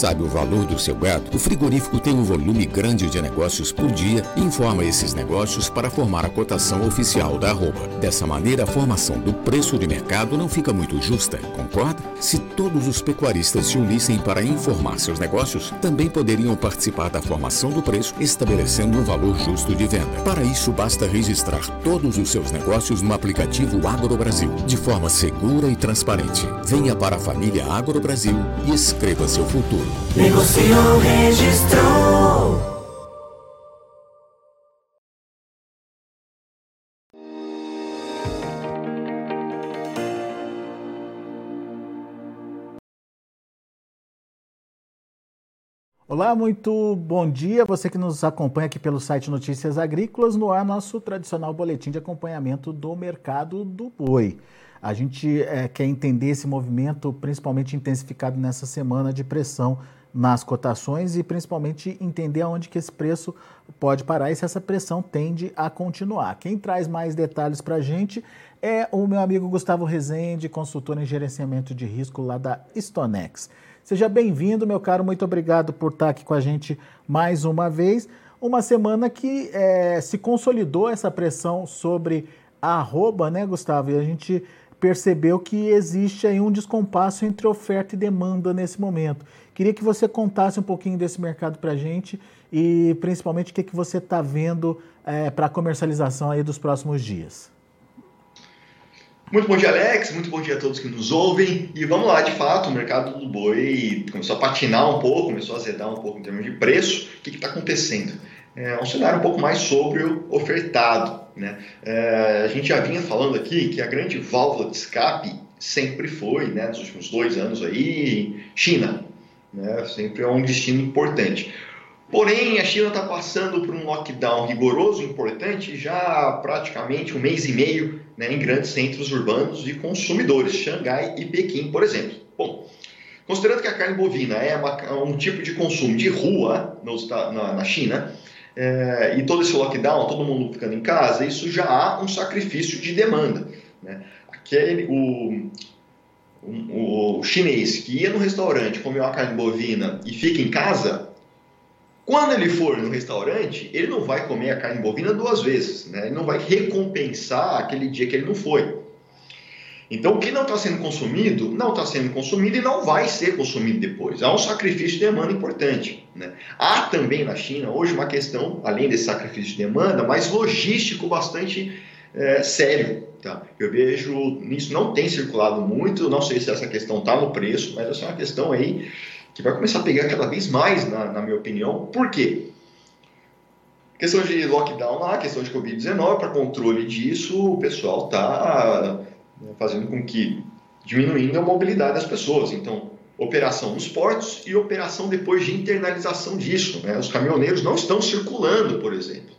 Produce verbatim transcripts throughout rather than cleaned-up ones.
Sabe o valor do seu gado? O frigorífico tem um volume grande de negócios por dia e informa esses negócios para formar a cotação oficial da arroba. Dessa maneira, a formação do preço de mercado não fica muito justa, concorda? Se todos os pecuaristas se unissem para informar seus negócios, também poderiam participar da formação do preço, estabelecendo um valor justo de venda. Para isso, basta registrar todos os seus negócios no aplicativo AgroBrasil, de forma segura e transparente. Venha para a família AgroBrasil e escreva seu futuro. Negociou, registrou. Olá, muito bom dia. Você que nos acompanha aqui pelo site Notícias Agrícolas, no ar nosso tradicional boletim de acompanhamento do mercado do boi. A gente é, quer entender esse movimento, principalmente intensificado nessa semana de pressão nas cotações e principalmente entender aonde que esse preço pode parar e se essa pressão tende a continuar. Quem traz mais detalhes para a gente é o meu amigo Gustavo Rezende, consultor em gerenciamento de risco lá da Stonex. Seja bem-vindo, meu caro, muito obrigado por estar aqui com a gente mais uma vez. Uma semana que é, se consolidou essa pressão sobre a arroba, né, Gustavo? E a gente percebeu que existe aí um descompasso entre oferta e demanda nesse momento. Queria que você contasse um pouquinho desse mercado para a gente e principalmente o que, que você está vendo é, para a comercialização aí dos próximos dias. Muito bom dia, Alex. Muito bom dia a todos que nos ouvem. E vamos lá, de fato, o mercado do boi começou a patinar um pouco, começou a azedar um pouco em termos de preço. O que está acontecendo? É um cenário um pouco mais sobre o ofertado, né? É, a gente já vinha falando aqui que a grande válvula de escape sempre foi, né, nos últimos dois anos aí, China, né? Sempre é um destino importante. Porém, a China está passando por um lockdown rigoroso, importante, já há praticamente um mês e meio, né, em grandes centros urbanos de consumidores, Xangai e Pequim, por exemplo. Bom, considerando que a carne bovina é uma, um tipo de consumo de rua no, na, na China, é, e todo esse lockdown, todo mundo ficando em casa, isso já há um sacrifício de demanda, né? Aquele, o, o, o chinês que ia no restaurante, comeu a carne bovina e fica em casa, quando ele for no restaurante, ele não vai comer a carne bovina duas vezes, né? Ele não vai recompensar aquele dia que ele não foi. Então, o que não está sendo consumido, não está sendo consumido e não vai ser consumido depois. Há um sacrifício de demanda importante, né? Há também na China, hoje, uma questão, além desse sacrifício de demanda, mais logístico bastante é, sério. Tá? Eu vejo, nisso não tem circulado muito, não sei se essa questão está no preço, mas essa é uma questão aí que vai começar a pegar cada vez mais, na, na minha opinião. Por quê? Questão de lockdown lá, questão de covid dezenove, para controle disso, o pessoal está fazendo com que diminuindo a mobilidade das pessoas. Então, operação nos portos e operação depois de internalização disso, né? Os caminhoneiros não estão circulando, por exemplo.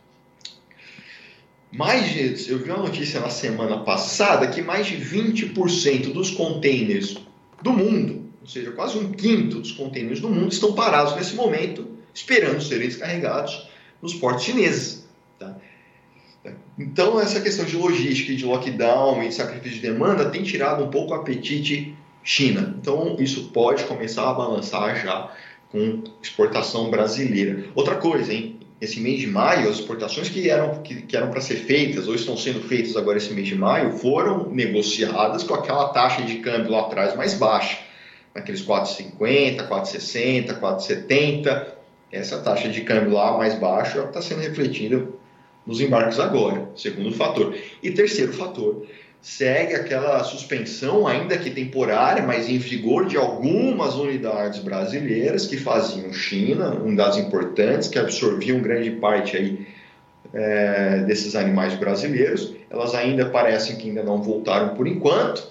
Mais de, eu vi uma notícia na semana passada que mais de vinte por cento dos containers do mundo, ou seja, quase um quinto dos containers do mundo, estão parados nesse momento, esperando serem descarregados nos portos chineses. Tá? Então, essa questão de logística, de lockdown e de sacrifício de demanda tem tirado um pouco o apetite China. Então, isso pode começar a balançar já com exportação brasileira. Outra coisa, hein? Esse mês de maio, as exportações que eram que, que eram para ser feitas ou estão sendo feitas agora esse mês de maio foram negociadas com aquela taxa de câmbio lá atrás mais baixa, naqueles quatro e cinquenta, quatro e sessenta, quatro e setenta. Essa taxa de câmbio lá mais baixa está sendo refletida nos embarques agora, segundo fator. E terceiro fator, segue aquela suspensão, ainda que temporária, mas em vigor, de algumas unidades brasileiras que faziam China, unidades importantes, que absorviam grande parte aí, é, desses animais brasileiros. Elas ainda parecem que ainda não voltaram por enquanto.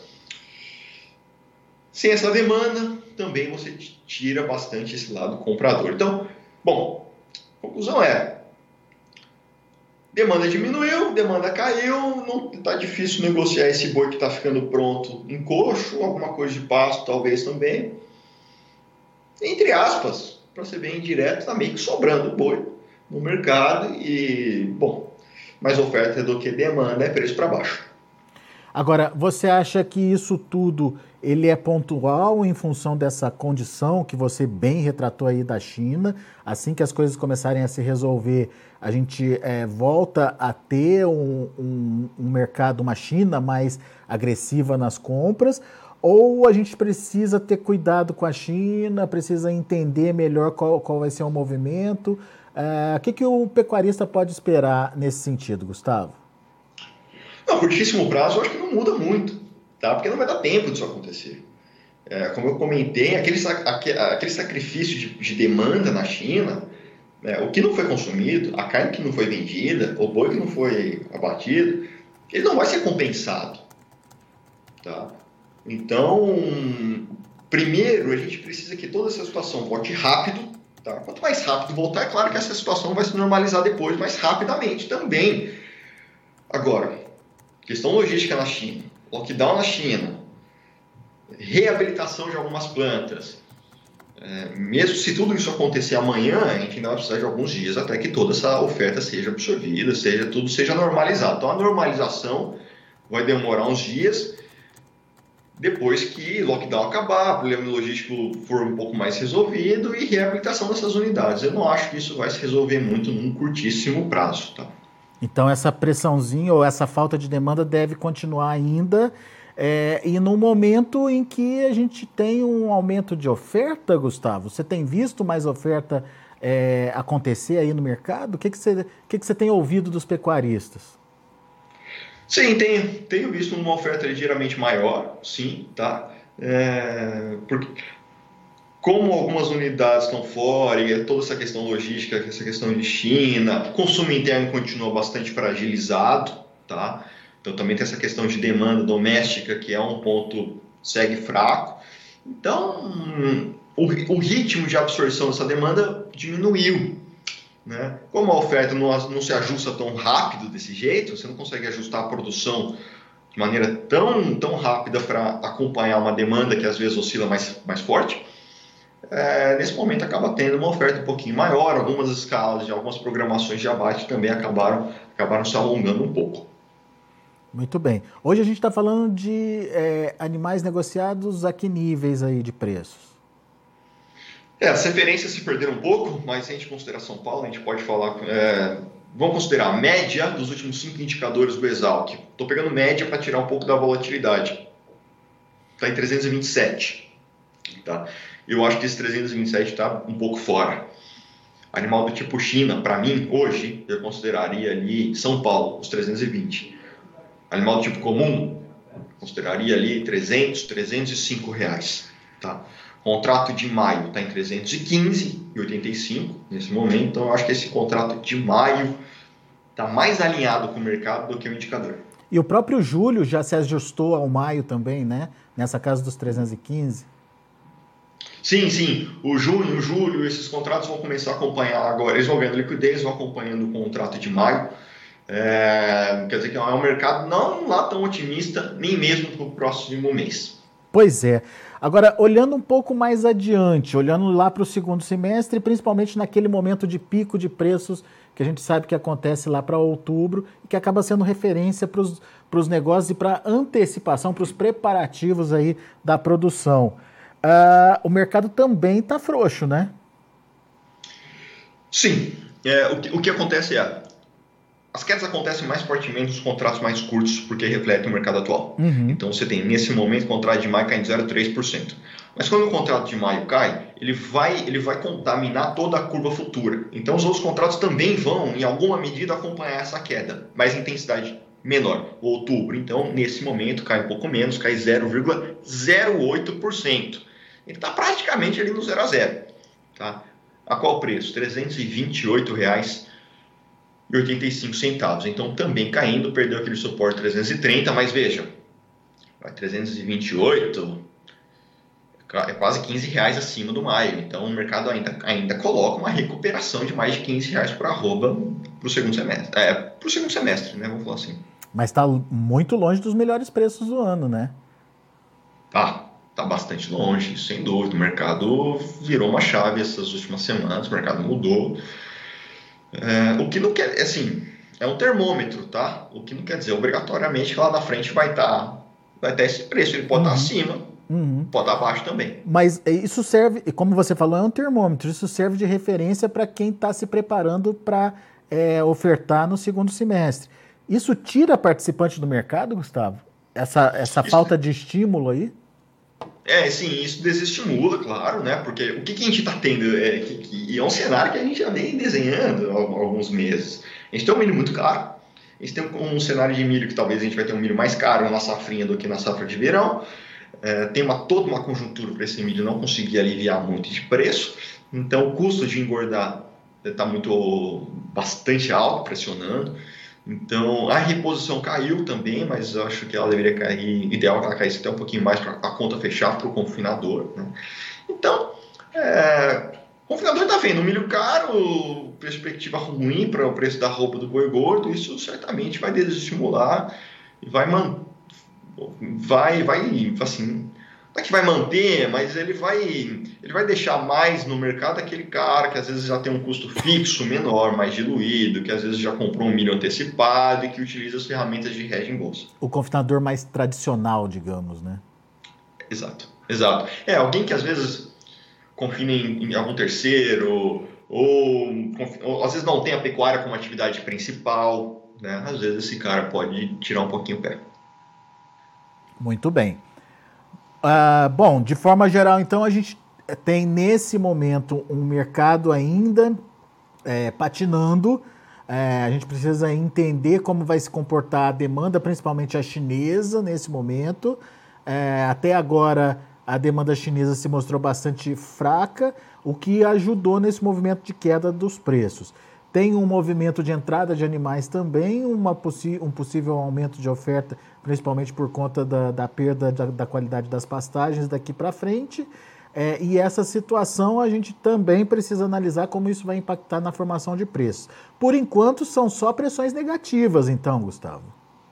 Sem essa demanda, também você tira bastante esse lado comprador. Então, bom, a conclusão é: demanda diminuiu, demanda caiu, não está difícil negociar esse boi que está ficando pronto em coxo, alguma coisa de pasto talvez também. Entre aspas, para ser bem direto, está meio que sobrando boi no mercado e, bom, mais oferta do que demanda, é preço para baixo. Agora, você acha que isso tudo ele é pontual em função dessa condição que você bem retratou aí da China? Assim que as coisas começarem a se resolver, a gente é, volta a ter um, um, um mercado, uma China mais agressiva nas compras? Ou a gente precisa ter cuidado com a China, precisa entender melhor qual, qual vai ser o movimento? O é, que, que o pecuarista pode esperar nesse sentido, Gustavo? No curtíssimo prazo, eu acho que não muda muito, tá? Porque não vai dar tempo disso acontecer. É, como eu comentei, aquele, aquele sacrifício de, de demanda na China, é, o que não foi consumido, a carne que não foi vendida, o boi que não foi abatido, ele não vai ser compensado, tá? Então, primeiro, a gente precisa que toda essa situação volte rápido, tá? Quanto mais rápido voltar, é claro que essa situação vai se normalizar depois, mais rapidamente também. Agora, questão logística na China, lockdown na China, reabilitação de algumas plantas. É, mesmo se tudo isso acontecer amanhã, a gente ainda vai precisar de alguns dias até que toda essa oferta seja absorvida, seja, tudo seja normalizado. Então a normalização vai demorar uns dias, depois que lockdown acabar, o problema logístico for um pouco mais resolvido e reabilitação dessas unidades. Eu não acho que isso vai se resolver muito num curtíssimo prazo, tá? Então essa pressãozinha ou essa falta de demanda deve continuar ainda, é, e no momento em que a gente tem um aumento de oferta, Gustavo, você tem visto mais oferta é, acontecer aí no mercado? O que, que, você, que, que você tem ouvido dos pecuaristas? Sim, tenho, tenho visto uma oferta ligeiramente maior, sim, tá? É, porque... Como algumas unidades estão fora e toda essa questão logística, essa questão de China, o consumo interno continua bastante fragilizado, tá? Então também tem essa questão de demanda doméstica, que é um ponto, segue fraco. Então, o, o ritmo de absorção dessa demanda diminuiu, né? Como a oferta não, não se ajusta tão rápido desse jeito, você não consegue ajustar a produção de maneira tão, tão rápida para acompanhar uma demanda que às vezes oscila mais, mais forte. É, nesse momento acaba tendo uma oferta um pouquinho maior, algumas escalas de algumas programações de abate também acabaram, acabaram se alongando um pouco. Muito bem. Hoje a gente está falando de é, animais negociados a que níveis aí de preços? É, as referências se perderam um pouco, mas se a gente considerar São Paulo, a gente pode falar... É, vamos considerar a média dos últimos cinco indicadores do Exalc. Estou pegando média para tirar um pouco da volatilidade. Está em trezentos e vinte e sete. Tá? Eu acho que esse trezentos e vinte e sete está um pouco fora. Animal do tipo China, para mim, hoje, eu consideraria ali São Paulo, os trezentos e vinte. Animal do tipo comum, consideraria ali trezentos, trezentos e cinco reais. Tá? Contrato de maio está em trezentos e quinze reais e oitenta e cinco centavos nesse momento, então eu acho que esse contrato de maio está mais alinhado com o mercado do que o indicador. E o próprio julho já se ajustou ao maio também, né? Nessa casa dos trezentos e quinze. Sim, sim. O junho, o julho, esses contratos vão começar a acompanhar agora. Eles vão vendo liquidez, vão acompanhando o contrato de maio. É, quer dizer que é um mercado não lá tão otimista, nem mesmo para o próximo mês. Pois é. Agora, olhando um pouco mais adiante, olhando lá para o segundo semestre, principalmente naquele momento de pico de preços que a gente sabe que acontece lá para outubro e que acaba sendo referência para os negócios e para antecipação, para os preparativos aí da produção. Uh, o mercado também está frouxo, né? Sim. É, o, que, o que acontece é, as quedas acontecem mais fortemente nos contratos mais curtos, porque refletem o mercado atual. Uhum. Então você tem, nesse momento, o contrato de maio caindo zero vírgula três por cento. Mas quando o contrato de maio cai, ele vai, ele vai contaminar toda a curva futura. Então os outros contratos também vão, em alguma medida, acompanhar essa queda, mas em intensidade menor. O outubro, então, nesse momento, cai um pouco menos, cai zero vírgula zero oito por cento. Ele está praticamente ali no zero a zero. Tá? A qual preço? trezentos e vinte e oito reais e oitenta e cinco centavos. Então, também caindo, perdeu aquele suporte trezentos e trinta, mas veja, trezentos e vinte e oito é quase quinze reais acima do maio. Então, o mercado ainda, ainda coloca uma recuperação de mais de quinze reais por arroba para o segundo semestre. É, para o segundo semestre, né? Vamos falar assim. Mas está muito longe dos melhores preços do ano, né? Ah, está bastante longe, sem dúvida. O mercado virou uma chave essas últimas semanas, o mercado mudou. É, o que não quer, assim, é um termômetro, tá? O que não quer dizer obrigatoriamente que lá na frente vai estar vai estar esse preço. Ele pode Uhum. estar acima, Uhum. pode estar abaixo também. Mas isso serve, como você falou, é um termômetro. Isso serve de referência para quem está se preparando para é, ofertar no segundo semestre. Isso tira participante do mercado, Gustavo? Essa, essa Isso- falta de estímulo aí? É, sim, isso desestimula, claro, né? Porque o que, que a gente está tendo? É, que, que- e é um cenário que a gente já vem desenhando há alguns meses. A gente tem um milho muito caro. A gente tem um, um cenário de milho que talvez a gente vai ter um milho mais caro na safrinha do que na safra de verão. É, tem uma, toda uma conjuntura para esse milho não conseguir aliviar muito de preço. Então, o custo de engordar está muito bastante alto, pressionando. Então, a reposição caiu também, mas eu acho que ela deveria cair, ideal que ela caísse até um pouquinho mais para a conta fechar para o confinador, né? Então, é, o confinador está vendo milho caro, perspectiva ruim para o preço da roupa do boi gordo, isso certamente vai desestimular e vai manter, vai, vai, assim, não é que vai manter, mas ele vai, ele vai deixar mais no mercado aquele cara que às vezes já tem um custo fixo menor, mais diluído, que às vezes já comprou um milho antecipado e que utiliza as ferramentas de hedge em bolsa. O confinador mais tradicional, digamos, né? Exato, exato. É, alguém que às vezes confina em, em algum terceiro, ou, ou às vezes não tem a pecuária como atividade principal, né? Às vezes esse cara pode tirar um pouquinho o pé. Muito bem. Ah, bom, de forma geral, então, a gente tem nesse momento um mercado ainda é, patinando. É, a gente precisa entender como vai se comportar a demanda, principalmente a chinesa, nesse momento. É, até agora, a demanda chinesa se mostrou bastante fraca, o que ajudou nesse movimento de queda dos preços. Tem um movimento de entrada de animais também, uma possi- um possível aumento de oferta, principalmente por conta da, da perda da, da qualidade das pastagens daqui para frente. É, e essa situação a gente também precisa analisar como isso vai impactar na formação de preços. Por enquanto, são só pressões negativas, então, Gustavo.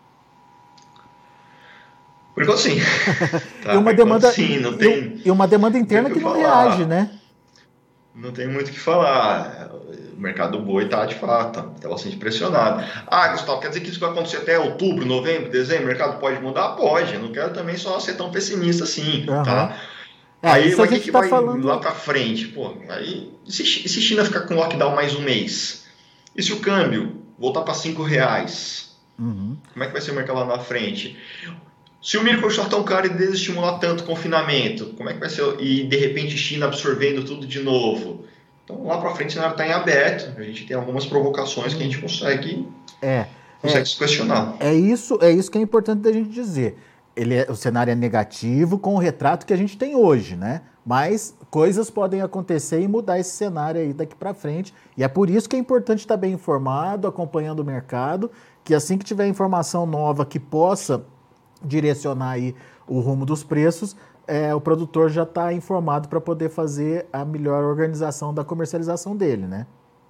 Por enquanto, sim. Tá, e, uma por demanda, enquanto, sim, não tem, e uma demanda interna não que tem o não que falar. reage, né? Não tem muito o que falar. O mercado do boi está, de fato, está bastante pressionado. Ah, Gustavo, quer dizer que isso vai acontecer até outubro, novembro, dezembro? O mercado pode mudar? Pode. Eu não quero também só ser tão pessimista assim, Uhum. tá? É, aí, isso mas a o que, gente que tá vai falando... lá para frente? Pô, aí, e se, e se China ficar com lockdown mais um mês? E se o câmbio voltar para cinco reais? Uhum. Como é que vai ser o mercado lá na frente? Se o milho continuar tão caro e desestimular tanto o confinamento, como é que vai ser? E de repente China absorvendo tudo de novo? Então lá para frente o cenário está em aberto. A gente tem algumas provocações que a gente consegue, É, consegue é, se questionar. é, isso, é isso que é importante da gente dizer. Ele é, o cenário é negativo com o retrato que a gente tem hoje, né? Mas coisas podem acontecer e mudar esse cenário aí daqui para frente. E é por isso que é importante estar bem informado, acompanhando o mercado, que assim que tiver informação nova que possa direcionar aí o rumo dos preços, é, o produtor já está informado para poder fazer a melhor organização da comercialização dele, né?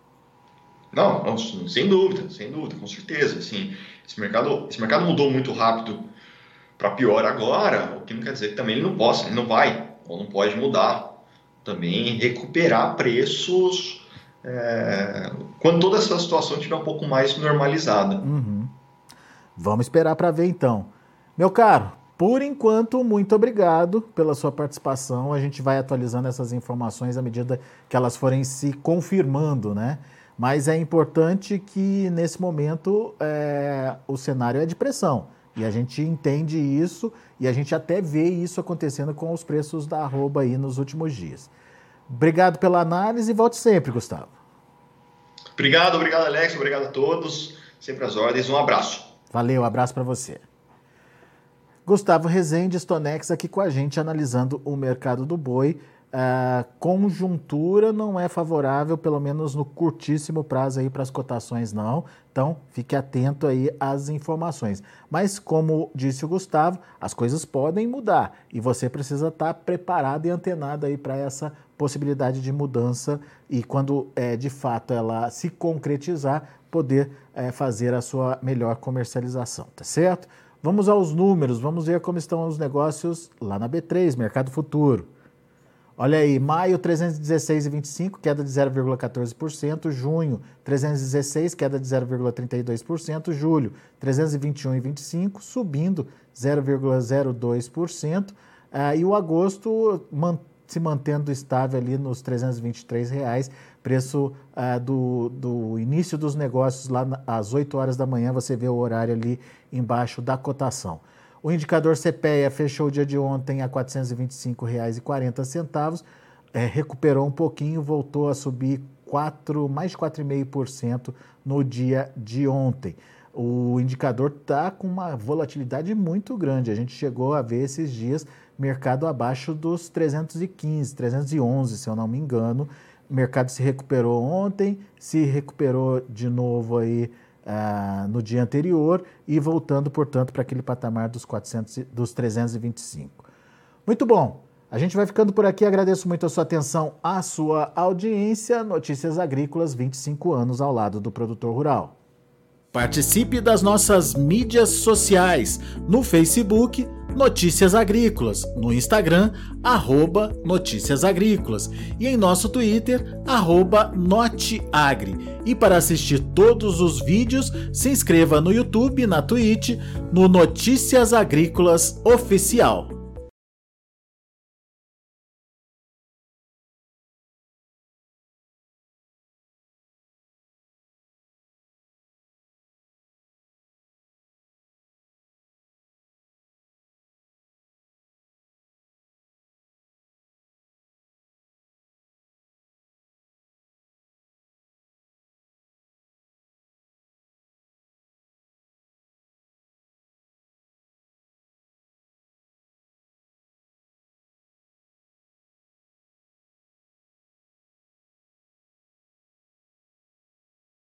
Não, não, sem dúvida, sem dúvida, com certeza. Assim, esse mercado, esse mercado mudou muito rápido para pior agora, o que não quer dizer que também ele não possa, ele não vai ou não pode mudar. Também recuperar preços é, quando toda essa situação estiver um pouco mais normalizada. Uhum. Vamos esperar para ver então. Meu caro, por enquanto, muito obrigado pela sua participação. A gente vai atualizando essas informações à medida que elas forem se confirmando, né? Mas é importante que, nesse momento, é, o cenário é de pressão. E a gente entende isso e a gente até vê isso acontecendo com os preços da arroba aí nos últimos dias. Obrigado pela análise e volte sempre, Gustavo. Obrigado, obrigado, Alex. Obrigado a todos. Sempre às ordens. Um abraço. Valeu, abraço para você. Gustavo Rezende, Stonex, aqui com a gente, analisando o mercado do boi. A conjuntura não é favorável, pelo menos no curtíssimo prazo aí para as cotações não. Então, fique atento aí às informações. Mas, como disse o Gustavo, as coisas podem mudar e você precisa estar preparado e antenado aí para essa possibilidade de mudança e quando é, de fato ela se concretizar, poder é, fazer a sua melhor comercialização, tá certo? Vamos aos números, vamos ver como estão os negócios lá na B três, Mercado Futuro. Olha aí, maio trezentos e dezesseis vírgula vinte e cinco, queda de zero vírgula quatorze por cento, junho trezentos e dezesseis, queda de zero vírgula trinta e dois por cento, julho trezentos e vinte e um vírgula vinte e cinco, subindo zero vírgula zero dois por cento, ah, e o agosto man, se mantendo estável ali nos trezentos e vinte e três reais, preço ah, do, do início dos negócios lá na, às oito horas da manhã, você vê o horário ali embaixo da cotação. O indicador C P E A fechou o dia de ontem a quatrocentos e vinte e cinco reais e quarenta centavos, é, recuperou um pouquinho, voltou a subir quatro, mais de quatro vírgula cinco por cento no dia de ontem. O indicador está com uma volatilidade muito grande, a gente chegou a ver esses dias mercado abaixo dos trezentos e quinze, trezentos e onze, se eu não me engano. O mercado se recuperou ontem, se recuperou de novo aí Uh, no dia anterior e voltando, portanto, para aquele patamar dos, quatrocentos, dos trezentos e vinte e cinco. Muito bom, a gente vai ficando por aqui, agradeço muito a sua atenção, a sua audiência. Notícias Agrícolas, vinte e cinco anos ao lado do produtor rural. Participe das nossas mídias sociais, no Facebook, Notícias Agrícolas, no Instagram, arroba Notícias Agrícolas e em nosso Twitter, arroba Noteagri. E para assistir todos os vídeos, se inscreva no YouTube, na Twitch, no Notícias Agrícolas Oficial.